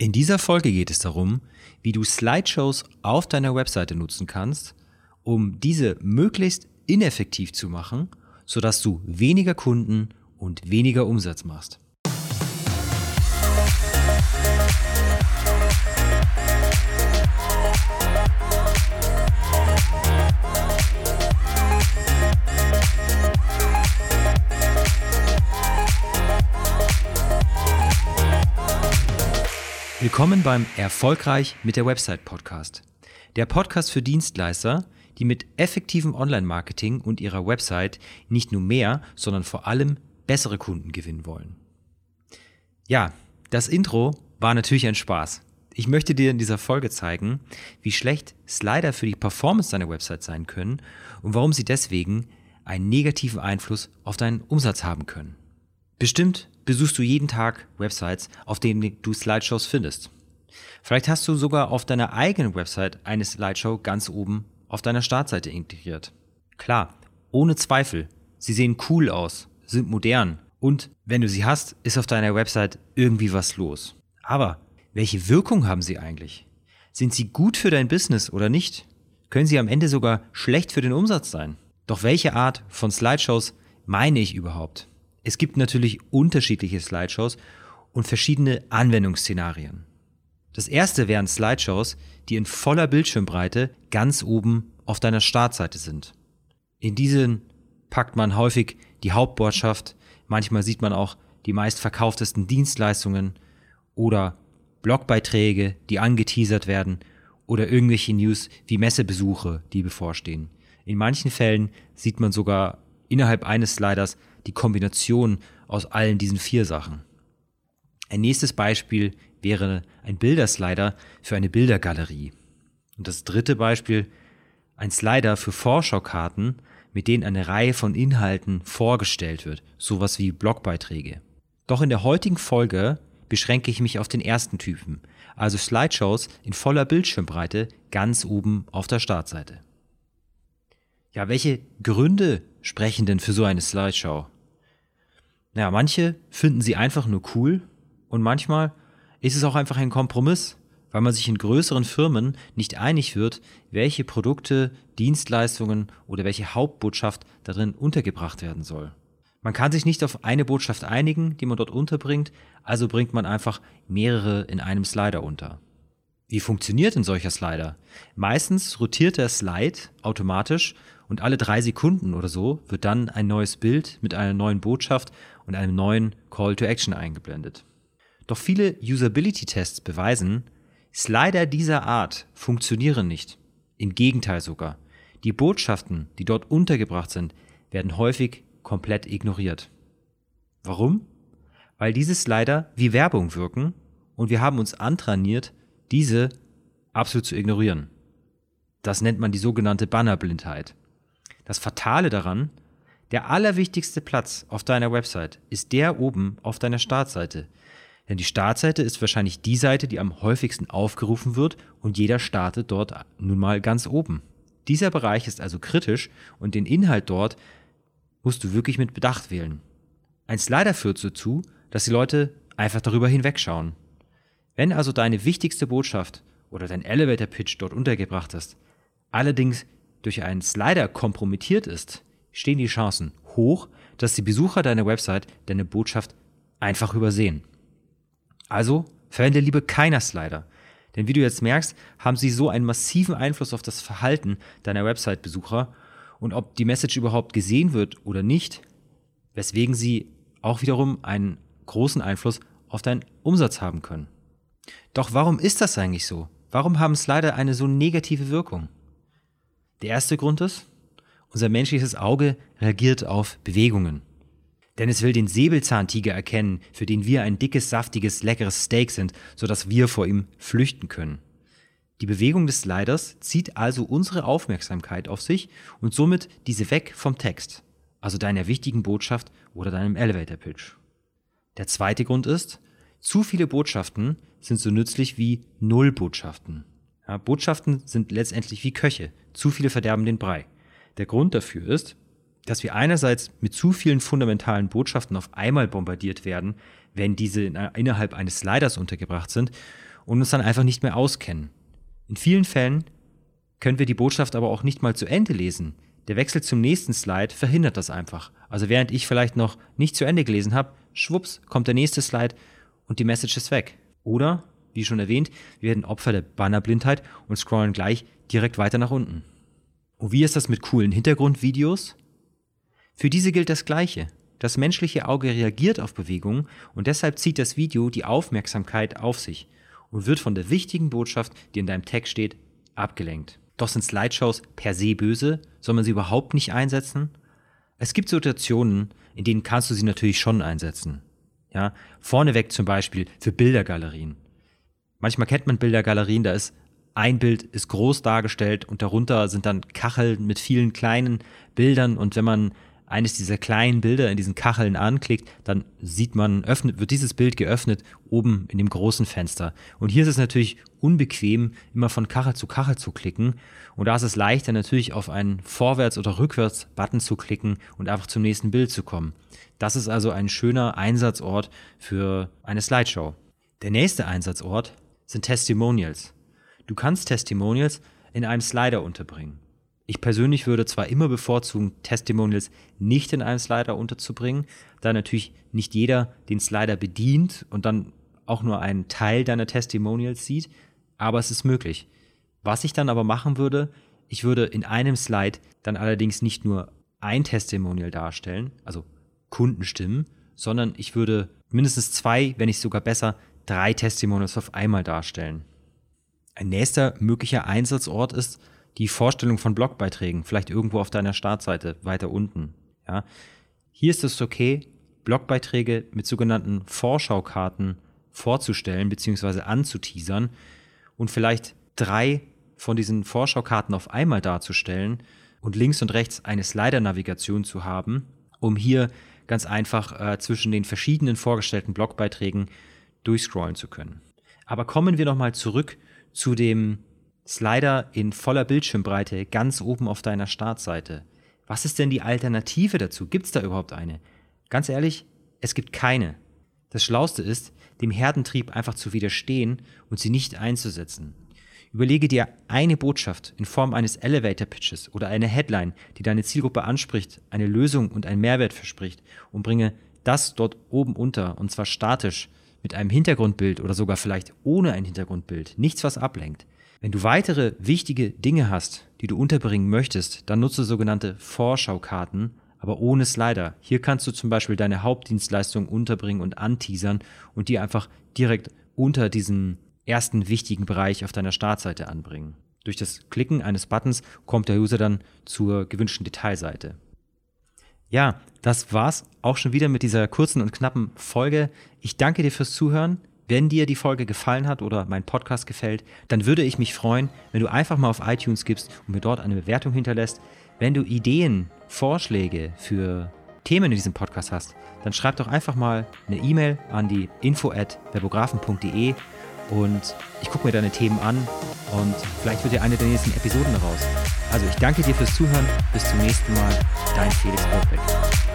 In dieser Folge geht es darum, wie du Slideshows auf deiner Webseite nutzen kannst, um diese möglichst ineffektiv zu machen, sodass du weniger Kunden und weniger Umsatz machst. Willkommen beim Erfolgreich mit der Website Podcast. Der Podcast für Dienstleister, die mit effektivem Online-Marketing und ihrer Website nicht nur mehr, sondern vor allem bessere Kunden gewinnen wollen. Ja, das Intro war natürlich ein Spaß. Ich möchte dir in dieser Folge zeigen, wie schlecht Slider für die Performance deiner Website sein können und warum sie deswegen einen negativen Einfluss auf deinen Umsatz haben können. Bestimmt besuchst du jeden Tag Websites, auf denen du Slideshows findest. Vielleicht hast du sogar auf deiner eigenen Website eine Slideshow ganz oben auf deiner Startseite integriert. Klar, ohne Zweifel, sie sehen cool aus, sind modern und wenn du sie hast, ist auf deiner Website irgendwie was los. Aber welche Wirkung haben sie eigentlich? Sind sie gut für dein Business oder nicht? Können sie am Ende sogar schlecht für den Umsatz sein? Doch welche Art von Slideshows meine ich überhaupt? Es gibt natürlich unterschiedliche Slideshows und verschiedene Anwendungsszenarien. Das erste wären Slideshows, die in voller Bildschirmbreite ganz oben auf deiner Startseite sind. In diesen packt man häufig die Hauptbotschaft, manchmal sieht man auch die meistverkauftesten Dienstleistungen oder Blogbeiträge, die angeteasert werden oder irgendwelche News wie Messebesuche, die bevorstehen. In manchen Fällen sieht man sogar innerhalb eines Sliders die Kombination aus allen diesen 4 Sachen. Ein nächstes Beispiel wäre ein Bilderslider für eine Bildergalerie. Und das dritte Beispiel, ein Slider für Vorschaukarten, mit denen eine Reihe von Inhalten vorgestellt wird, sowas wie Blogbeiträge. Doch in der heutigen Folge beschränke ich mich auf den ersten Typen, also Slideshows in voller Bildschirmbreite ganz oben auf der Startseite. Ja, welche Gründe sprechen denn für so eine Slideshow? Ja, manche finden sie einfach nur cool und manchmal ist es auch einfach ein Kompromiss, weil man sich in größeren Firmen nicht einig wird, welche Produkte, Dienstleistungen oder welche Hauptbotschaft darin untergebracht werden soll. Man kann sich nicht auf eine Botschaft einigen, die man dort unterbringt, also bringt man einfach mehrere in einem Slider unter. Wie funktioniert denn solcher Slider? Meistens rotiert der Slide automatisch und alle 3 Sekunden oder so wird dann ein neues Bild mit einer neuen Botschaft und einem neuen Call to Action eingeblendet. Doch viele Usability-Tests beweisen, Slider dieser Art funktionieren nicht. Im Gegenteil sogar. Die Botschaften, die dort untergebracht sind, werden häufig komplett ignoriert. Warum? Weil diese Slider wie Werbung wirken und wir haben uns antrainiert, diese absolut zu ignorieren. Das nennt man die sogenannte Bannerblindheit. Das Fatale daran, der allerwichtigste Platz auf deiner Website ist der oben auf deiner Startseite. Denn die Startseite ist wahrscheinlich die Seite, die am häufigsten aufgerufen wird und jeder startet dort nun mal ganz oben. Dieser Bereich ist also kritisch und den Inhalt dort musst du wirklich mit Bedacht wählen. Ein Slider führt dazu, dass die Leute einfach darüber hinwegschauen. Wenn also deine wichtigste Botschaft oder dein Elevator-Pitch dort untergebracht ist, allerdings durch einen Slider kompromittiert ist, stehen die Chancen hoch, dass die Besucher deiner Website deine Botschaft einfach übersehen. Also verwende lieber keiner Slider, denn wie du jetzt merkst, haben sie so einen massiven Einfluss auf das Verhalten deiner Website-Besucher und ob die Message überhaupt gesehen wird oder nicht, weswegen sie auch wiederum einen großen Einfluss auf deinen Umsatz haben können. Doch warum ist das eigentlich so? Warum haben Slider eine so negative Wirkung? Der erste Grund ist, unser menschliches Auge reagiert auf Bewegungen. Denn es will den Säbelzahntiger erkennen, für den wir ein dickes, saftiges, leckeres Steak sind, sodass wir vor ihm flüchten können. Die Bewegung des Sliders zieht also unsere Aufmerksamkeit auf sich und somit diese weg vom Text, also deiner wichtigen Botschaft oder deinem Elevator-Pitch. Der zweite Grund ist, zu viele Botschaften sind so nützlich wie 0 Botschaften. Ja, Botschaften sind letztendlich wie Köche. Zu viele verderben den Brei. Der Grund dafür ist, dass wir einerseits mit zu vielen fundamentalen Botschaften auf einmal bombardiert werden, wenn diese innerhalb eines Sliders untergebracht sind und uns dann einfach nicht mehr auskennen. In vielen Fällen können wir die Botschaft aber auch nicht mal zu Ende lesen. Der Wechsel zum nächsten Slide verhindert das einfach. Also während ich vielleicht noch nicht zu Ende gelesen habe, schwupps, kommt der nächste Slide und die Message ist weg. Oder, wie schon erwähnt, wir werden Opfer der Bannerblindheit und scrollen gleich direkt weiter nach unten. Und wie ist das mit coolen Hintergrundvideos? Für diese gilt das Gleiche. Das menschliche Auge reagiert auf Bewegungen und deshalb zieht das Video die Aufmerksamkeit auf sich und wird von der wichtigen Botschaft, die in deinem Text steht, abgelenkt. Doch sind Slideshows per se böse? Soll man sie überhaupt nicht einsetzen? Es gibt Situationen, in denen kannst du sie natürlich schon einsetzen. Ja, vorneweg zum Beispiel für Bildergalerien. Manchmal kennt man Bildergalerien, da ist ein Bild ist groß dargestellt und darunter sind dann Kacheln mit vielen kleinen Bildern und wenn man eines dieser kleinen Bilder in diesen Kacheln anklickt, dann wird dieses Bild geöffnet oben in dem großen Fenster. Und hier ist es natürlich unbequem, immer von Kachel zu klicken. Und da ist es leichter, natürlich auf einen Vorwärts- oder Rückwärts-Button zu klicken und einfach zum nächsten Bild zu kommen. Das ist also ein schöner Einsatzort für eine Slideshow. Der nächste Einsatzort sind Testimonials. Du kannst Testimonials in einem Slider unterbringen. Ich persönlich würde zwar immer bevorzugen, Testimonials nicht in einem Slider unterzubringen, da natürlich nicht jeder den Slider bedient und dann auch nur einen Teil deiner Testimonials sieht, aber es ist möglich. Was ich dann aber machen würde, ich würde in einem Slide dann allerdings nicht nur ein Testimonial darstellen, also Kundenstimmen, sondern ich würde mindestens 2, wenn nicht sogar besser, 3 Testimonials auf einmal darstellen. Ein nächster möglicher Einsatzort ist die Vorstellung von Blogbeiträgen, vielleicht irgendwo auf deiner Startseite, weiter unten. Ja. Hier ist es okay, Blogbeiträge mit sogenannten Vorschaukarten vorzustellen bzw. anzuteasern und vielleicht 3 von diesen Vorschaukarten auf einmal darzustellen und links und rechts eine Slider-Navigation zu haben, um hier ganz einfach zwischen den verschiedenen vorgestellten Blogbeiträgen durchscrollen zu können. Aber kommen wir nochmal zurück zu dem Slider in voller Bildschirmbreite ganz oben auf deiner Startseite. Was ist denn die Alternative dazu? Gibt es da überhaupt eine? Ganz ehrlich, es gibt keine. Das Schlauste ist, dem Herdentrieb einfach zu widerstehen und sie nicht einzusetzen. Überlege dir eine Botschaft in Form eines Elevator-Pitches oder eine Headline, die deine Zielgruppe anspricht, eine Lösung und einen Mehrwert verspricht und bringe das dort oben unter und zwar statisch mit einem Hintergrundbild oder sogar vielleicht ohne ein Hintergrundbild. Nichts, was ablenkt. Wenn du weitere wichtige Dinge hast, die du unterbringen möchtest, dann nutze sogenannte Vorschaukarten, aber ohne Slider. Hier kannst du zum Beispiel deine Hauptdienstleistung unterbringen und anteasern und die einfach direkt unter diesen ersten wichtigen Bereich auf deiner Startseite anbringen. Durch das Klicken eines Buttons kommt der User dann zur gewünschten Detailseite. Ja, das war's auch schon wieder mit dieser kurzen und knappen Folge. Ich danke dir fürs Zuhören. Wenn dir die Folge gefallen hat oder mein Podcast gefällt, dann würde ich mich freuen, wenn du einfach mal auf iTunes gibst und mir dort eine Bewertung hinterlässt. Wenn du Ideen, Vorschläge für Themen in diesem Podcast hast, dann schreib doch einfach mal eine E-Mail an die info@webographen.de und ich gucke mir deine Themen an und vielleicht wird ja eine der nächsten Episoden daraus. Also ich danke dir fürs Zuhören. Bis zum nächsten Mal. Dein Felix Burgbeck.